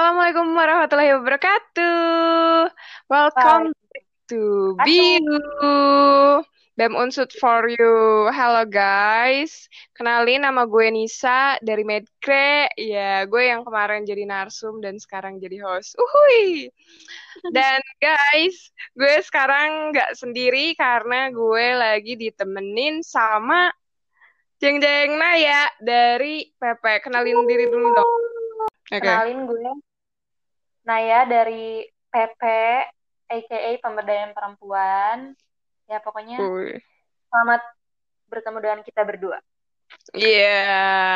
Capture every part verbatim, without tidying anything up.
Assalamualaikum warahmatullahi wabarakatuh. Baik. Welcome to Aduh, Biu. B E M Unsud for you. Halo guys. Kenalin nama gue Nisa dari Medcre. Ya, gue yang kemarin jadi narsum dan sekarang jadi host. Uhui. Dan guys, gue sekarang nggak sendiri karena gue lagi ditemenin sama Jeng Jeng Naya dari P P. Kenalin diri dulu dong. Oke. kenalin gue Naya dari P P, aka Pemberdayaan Perempuan. Ya pokoknya Uy. selamat bertemu dengan kita berdua. Iya.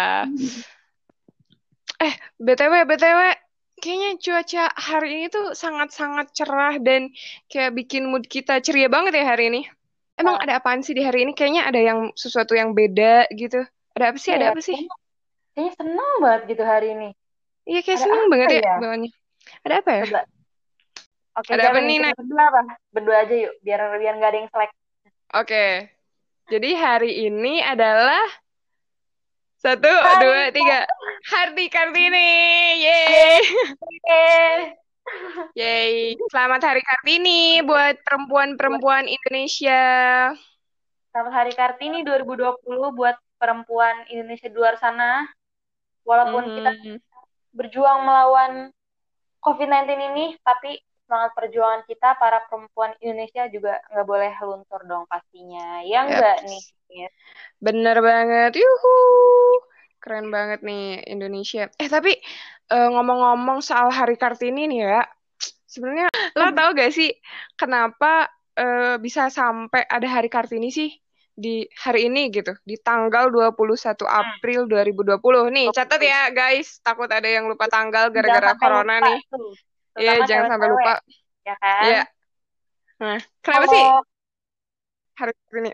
Eh, B T W, B T W, kayaknya cuaca hari ini tuh sangat-sangat cerah dan kayak bikin mood kita ceria banget ya hari ini. Emang Banget. ada apaan sih di hari ini? Kayaknya ada yang sesuatu yang beda gitu. Ada apa sih? Iya Ada ya, apa sih? kayaknya, kayaknya seneng banget gitu hari ini. Iya, kayak Ada seneng apa banget ya ya? bawaannya. Ada apa ya? Coba. Oke, Ada apa siapa nih? nih, Kita Nay? berdua apa? Berdua aja yuk, biar biar nggak ada yang selek. Oke, jadi hari ini adalah satu, Hari dua, tiga. Hardi Kartini! Yeay! Yeay! Yeay! Selamat Hari Kartini buat Buat perempuan-perempuan Indonesia. Selamat Hari Kartini dua ribu dua puluh buat perempuan Indonesia di luar sana. Walaupun kita Mhm. berjuang melawan covid sembilan belas ini, tapi semangat perjuangan kita para perempuan Indonesia juga nggak boleh luntur dong pastinya. Ya Yap, enggak nih? bener banget. Yuhu. Keren banget nih Indonesia. Eh tapi eh, ngomong-ngomong soal Hari Kartini nih ya, sebenarnya lo tau gak sih kenapa eh, bisa sampai ada Hari Kartini sih di hari ini gitu, di tanggal dua puluh satu April dua ribu dua puluh. Nih, catat Betul. ya guys, takut ada yang lupa tanggal Jangan gara-gara sampai corona lupa nih. tuh, Iya, terutama jangan sampai lupa. cewek-cewek, ya kan? Iya. Nah, kenapa sih Kalau Hari Kartini?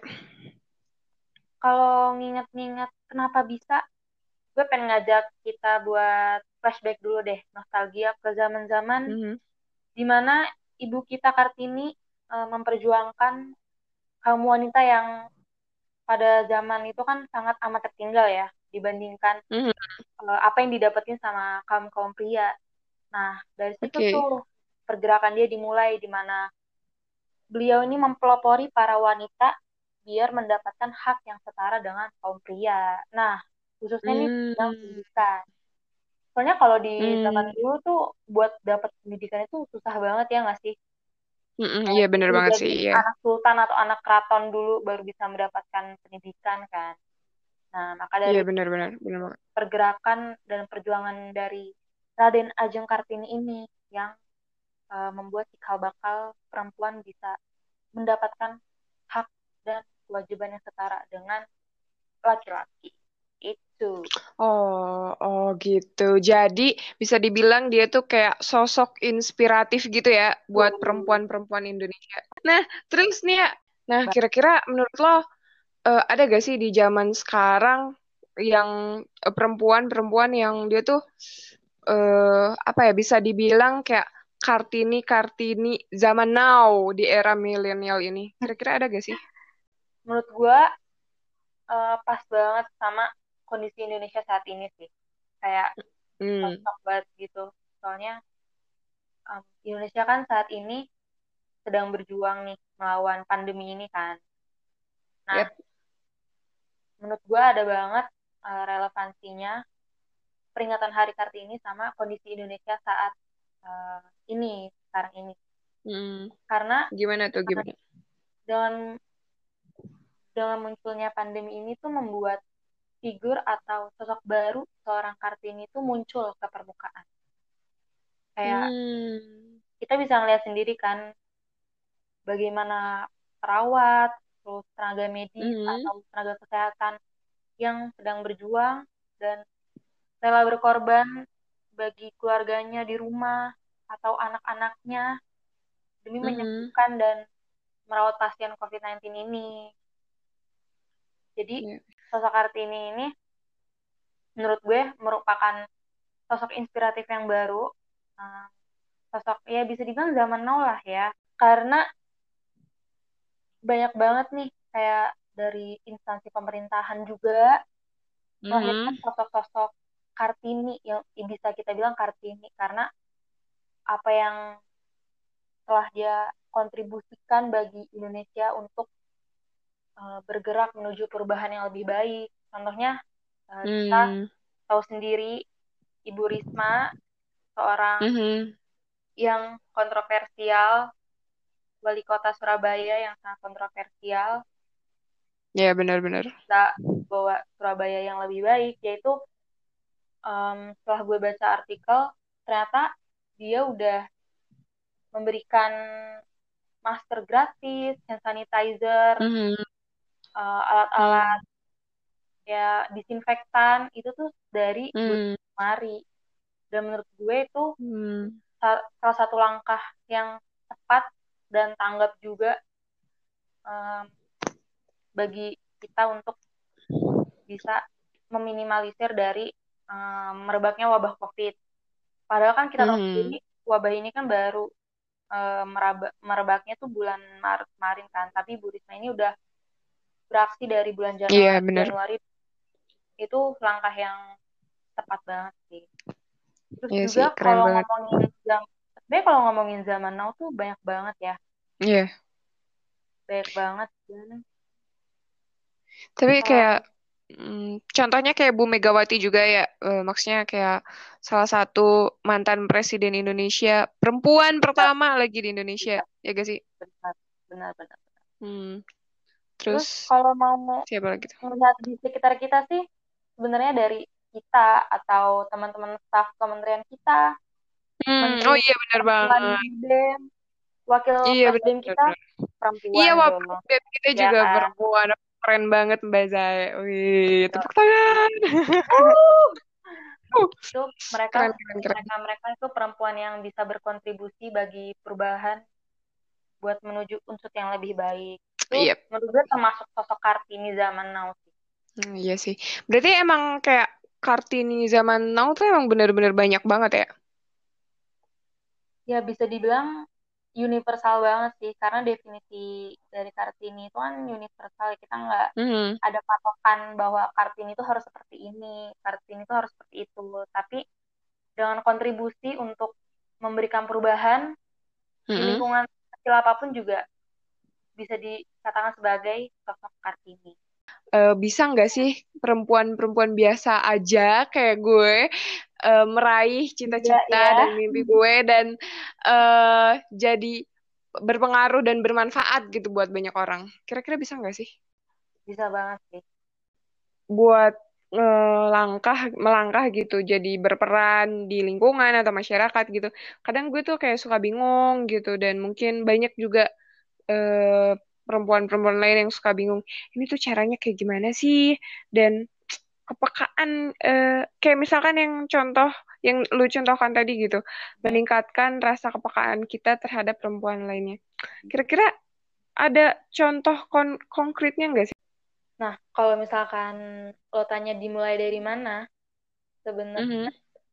kalau nginget-nginget kenapa bisa, gue pengen ngajak kita buat flashback dulu deh, nostalgia ke zaman-zaman Mhm. di mana ibu kita Kartini eh, memperjuangkan kaum wanita yang pada zaman itu kan sangat amat tertinggal ya dibandingkan Mhm. eh, apa yang didapetin sama kaum kaum pria. Nah, dari situ Oke. tuh pergerakan dia dimulai di mana beliau ini mempelopori para wanita biar mendapatkan hak yang setara dengan kaum pria. Nah, khususnya nih bidang Hmm. pendidikan. Soalnya kalau di zaman Hmm. dulu tuh buat dapat pendidikan itu susah banget ya nggak sih? Mm-mm, Kayak iya bener kudu banget jadi sih, iya. anak sultan atau anak keraton dulu baru bisa mendapatkan pendidikan kan. Nah, maka Iya dari bener-bener, bener banget. pergerakan dan perjuangan dari Raden Ajeng Kartini ini yang eh, membuat cikal bakal perempuan bisa mendapatkan hak dan kewajiban yang setara dengan laki-laki. Itu. Oh, oh gitu. Jadi bisa dibilang dia tuh kayak sosok inspiratif gitu ya buat Tuh. perempuan-perempuan Indonesia. Nah, terus nih ya, nah Ba- kira-kira menurut lo eh, ada gak sih di zaman sekarang yang eh, perempuan-perempuan yang dia tuh eh apa ya bisa dibilang kayak Kartini Kartini zaman now di era milenial ini. Kira-kira ada gak sih? Menurut gue eh, pas banget sama kondisi Indonesia saat ini sih. Kayak Hmm. cocok banget gitu. Soalnya em, Indonesia kan saat ini sedang berjuang nih melawan pandemi ini kan. Nah, Yep. menurut gue ada banget eh, relevansinya peringatan Hari Kartini sama kondisi Indonesia saat eh, ini, sekarang ini. Hmm. Karena Gimana tuh eh, gimana? dengan dengan munculnya pandemi ini tuh membuat figur atau sosok baru seorang Kartini itu muncul ke permukaan. Kayak Hmm. kita bisa ngeliat sendiri kan bagaimana perawat, terus tenaga medis Hmm. atau tenaga kesehatan yang sedang berjuang dan rela berkorban bagi keluarganya di rumah atau anak-anaknya demi Hmm. menyembuhkan dan merawat pasien covid sembilan belas ini. Jadi Ya. sosok Kartini ini menurut gue merupakan sosok inspiratif yang baru, eh, sosok ya bisa dibilang zaman now lah ya, karena banyak banget nih kayak dari instansi pemerintahan juga melahirkan Hmm. sosok-sosok Kartini yang bisa kita bilang Kartini karena apa yang telah dia kontribusikan bagi Indonesia untuk uh, bergerak menuju perubahan yang lebih baik. Contohnya, uh, kita Hmm. tahu sendiri Ibu Risma, seorang Mhm. yang kontroversial, wali kota Surabaya yang sangat kontroversial, Ya, benar-benar. bisa bawa Surabaya yang lebih baik, yaitu um, setelah gue baca artikel, ternyata dia udah memberikan masker gratis, hand sanitizer, Mhm. uh, alat-alat Hmm. ya disinfektan, itu tuh dari bulan Hmm. Januari. Dan menurut gue itu Hmm. sa- salah satu langkah yang tepat dan tanggap juga um, bagi kita untuk bisa meminimalisir dari um, merebaknya wabah COVID. Padahal kan kita tahu Mhm. sendiri wabah ini kan baru um, meraba- merebaknya tuh bulan Maret kemarin kan. Tapi Bu Risma ini udah beraksi dari bulan Iya, Januari. benar. Januari itu langkah yang tepat banget sih. Terus Iya juga sih, keren kalau banget. ngomongin zaman, sebenarnya kalau ngomongin zaman now tuh banyak banget ya, Iya. banyak banget. Dan Tapi kayak um, mm, contohnya kayak Bu Megawati juga ya, eh, maksudnya kayak salah satu mantan presiden Indonesia, perempuan ya, pertama lagi di Indonesia, bisa ya gak sih? benar, benar, benar. Hmm. Terus Terus kalau mau siapa lagi tuh? melihat di sekitar kita sih, sebenarnya dari kita atau teman-teman staf kementerian kita, Hmm. menteri Oh iya, benar perempuan banget. di B E M, wakil Iya, benar, presiden benar, kita benar. Iya, perempuan wapun dong, kita ya juga kan? perempuan. Keren banget Mbak Zai. Wih, Ya, tepuk tangan. Uh, itu mereka keren, keren, keren. mereka mereka itu perempuan yang bisa berkontribusi bagi perubahan buat menuju unsur yang lebih baik. Itu Iya. menurut gue termasuk sosok Kartini zaman now sih. Hmm, iya sih. Berarti emang kayak Kartini zaman now tuh emang bener-bener banyak banget ya? Ya bisa dibilang universal banget sih, karena definisi dari Kartini itu kan universal. Kita nggak Mhm. ada patokan bahwa Kartini itu harus seperti ini, Kartini itu harus seperti itu. Tapi dengan kontribusi untuk memberikan perubahan di Mhm. lingkungan kecil apapun juga bisa dikatakan sebagai sosok Kartini. Eh, bisa nggak sih perempuan-perempuan biasa aja kayak gue eh, meraih Iya, cita-cita ya. dan mimpi gue dan eh, jadi berpengaruh dan bermanfaat gitu buat banyak orang. Kira-kira bisa nggak sih Bisa banget sih. buat eh, langkah melangkah gitu, jadi berperan di lingkungan atau masyarakat gitu. Kadang gue tuh kayak suka bingung gitu dan mungkin banyak juga eh, perempuan-perempuan lain yang suka bingung. Ini tuh caranya kayak gimana sih? Dan kepekaan eh, kayak misalkan yang contoh yang lu contohkan tadi gitu, meningkatkan rasa kepekaan kita terhadap perempuan lainnya. Kira-kira ada contoh kon- konkretnya nggak sih? Nah, kalau misalkan lo tanya dimulai dari mana, sebenarnya Mhm.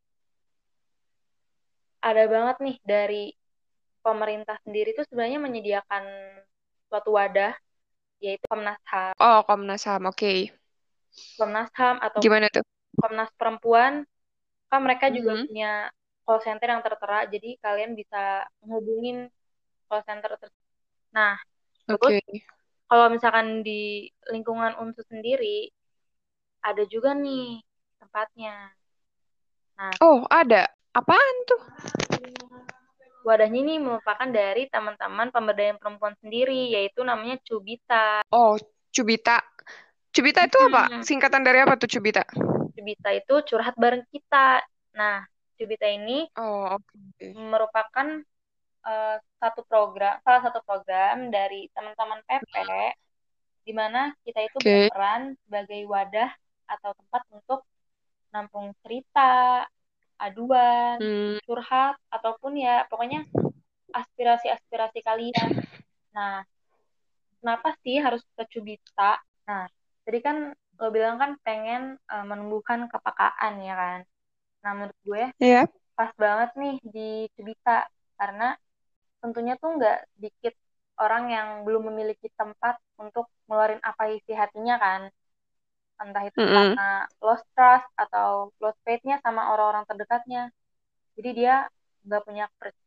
ada banget nih dari pemerintah sendiri tuh sebenarnya menyediakan suatu wadah, yaitu Komnas H A M. Oh, Komnas Ham, oke. Komnas H A M atau Gimana tuh? Komnas Perempuan, kan mereka juga Mhm. punya call center yang tertera, jadi kalian bisa menghubungin call center tersebut. Nah, terus Oke. kalau misalkan di lingkungan unsur sendiri, ada juga nih tempatnya. Nah, Oh, ada. Apaan tuh? wadahnya ini merupakan dari teman-teman pemberdayaan perempuan sendiri, yaitu namanya Cubita. Oh, Cubita. Cubita itu apa? Hmm, Singkatan dari apa tuh Cubita? Cubita itu curhat bareng kita. Nah, Cubita ini Oh, oke. merupakan eh, satu program, salah satu program dari teman-teman P P, di mana kita itu Oke. berperan sebagai wadah atau tempat untuk nampung cerita, aduan, Hmm. curhat, ataupun ya pokoknya aspirasi-aspirasi kalian. Nah, kenapa sih harus ke Cubita? Nah, tadi kan lo bilang kan pengen eh, menumbuhkan kepekaan ya kan. Nah, menurut gue Ya. pas banget nih di Cibita karena tentunya tuh nggak sedikit orang yang belum memiliki tempat untuk ngeluarin apa isi hatinya kan. Entah itu Mm-mm. karena lost trust atau lost faith-nya sama orang-orang terdekatnya. Jadi dia nggak punya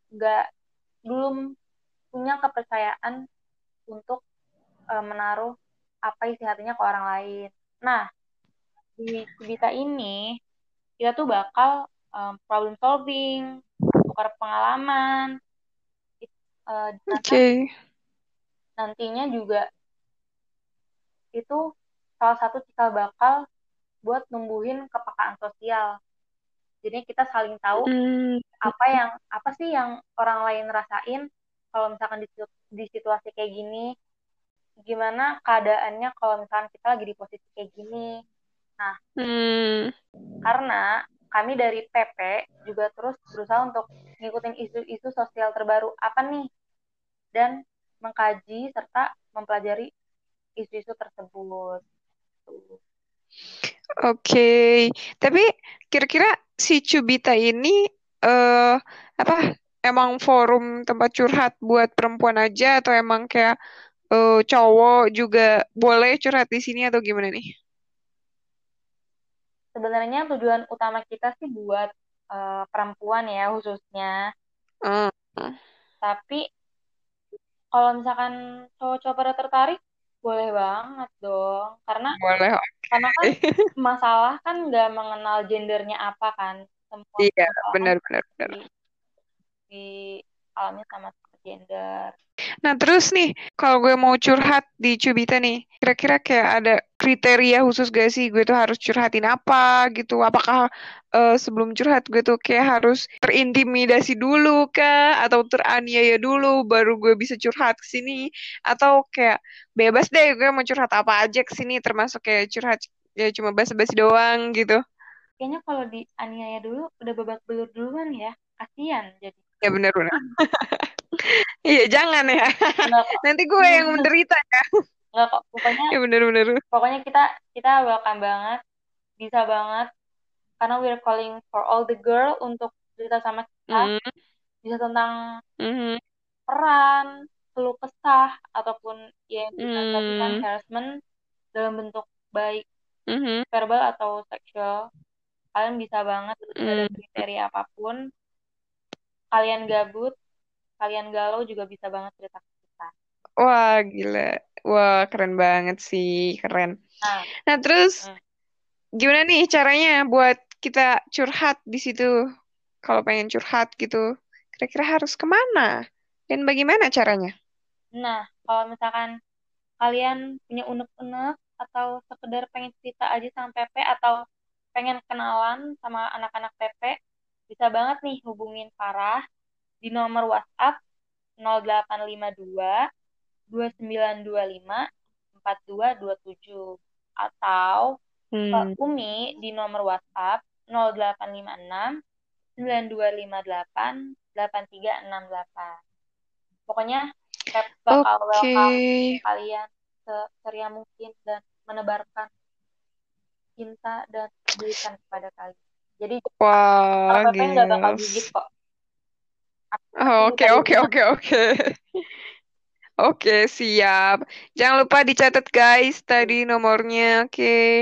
nggak belum punya kepercayaan untuk eh, menaruh apa isi hatinya ke orang lain. Nah, di Cibita ini kita tuh bakal em, problem solving, tukar pengalaman, it- eh, di Oke. mana Okay. nantinya juga itu salah satu cikal bakal buat numbuhin kepekaan sosial. Jadi kita saling tahu Hmm, apa yang apa sih yang orang lain rasain kalau misalkan di, situ- di situasi kayak gini, gimana keadaannya kalau misalkan kita lagi di posisi kayak gini. Nah, hmm, karena kami dari P P juga terus berusaha untuk ngikutin isu-isu sosial terbaru apa nih dan mengkaji serta mempelajari isu-isu tersebut. Tuh. oke. Okay. Tapi kira-kira si Cubita ini eh apa? Emang forum tempat curhat buat perempuan aja atau emang kayak eh, cowok juga boleh curhat di sini atau gimana nih? Sebenarnya tujuan utama kita sih buat eh, perempuan ya khususnya. Hmm, Tapi kalau misalkan cowok-cowok pada tertarik, boleh banget dong. Karena boleh. karena kan Oke. masalah kan nggak mengenal gendernya apa kan. Semua Iya, permasalahan benar-benar. di di alami sama gender. Nah, terus nih, kalau gue mau curhat di Cubita nih, kira-kira kayak ada kriteria khusus gak sih gue tuh harus curhatin apa gitu? Apakah eh, sebelum curhat gue tuh kayak harus terintimidasi dulu kah? Atau teraniaya dulu baru gue bisa curhat ke sini? Atau kayak bebas deh gue mau curhat apa aja ke sini termasuk kayak curhat ya cuma basa-basi doang gitu. Kayaknya kalau di aniaya dulu udah babak belur duluan ya. Kasian jadi. Ya benar-benar. Iya, jangan ya. Enggak kok. Nanti gue yang menderita ya. Enggak kok. Pokoknya Ya benar-benar. pokoknya kita kita welcome banget, bisa banget karena we're calling for all the girl untuk cerita sama kita, Mm, bisa tentang mhm, peran, keluh kesah, ataupun ya yang bisa tadi kan mm, harassment dalam bentuk baik mhm, verbal atau seksual. Kalian bisa banget, gak ada mm. kriteria apapun. Kalian gabut, kalian galau juga bisa banget cerita ke kita. Wah, gila. Wah, keren banget sih, keren. Nah, Nah, terus hmm. gimana nih caranya buat kita curhat di situ? Kalau pengen curhat gitu, kira-kira harus kemana? Dan bagaimana caranya? Nah, kalau misalkan kalian punya unek-unek atau sekedar pengen cerita aja sama P P atau pengen kenalan sama anak-anak P P, bisa banget nih hubungin Farah di nomor WhatsApp nol delapan lima dua dua sembilan dua lima empat dua dua tujuh atau ke Hmm, Umi di nomor WhatsApp nol delapan lima enam sembilan dua lima delapan delapan tiga enam delapan. Pokoknya Pep bakal oke. welcome kalian seceria mungkin dan menebarkan cinta dan kebaikan kepada kalian. Jadi para Wah, Pepe nggak bakal gigit gils. kok. Pasti Oh, bisa oke, oke, didengar. oke, oke. Oke, siap. Jangan lupa dicatat guys tadi nomornya. Oke.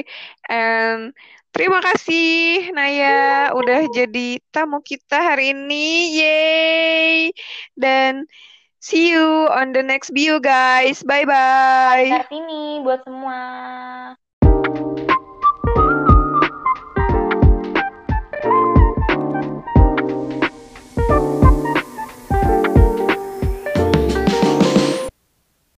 And terima kasih Naya udah jadi tamu kita hari ini. Yeay. Dan see you on the next video guys. Hai Bye-bye. Kartini buat semua.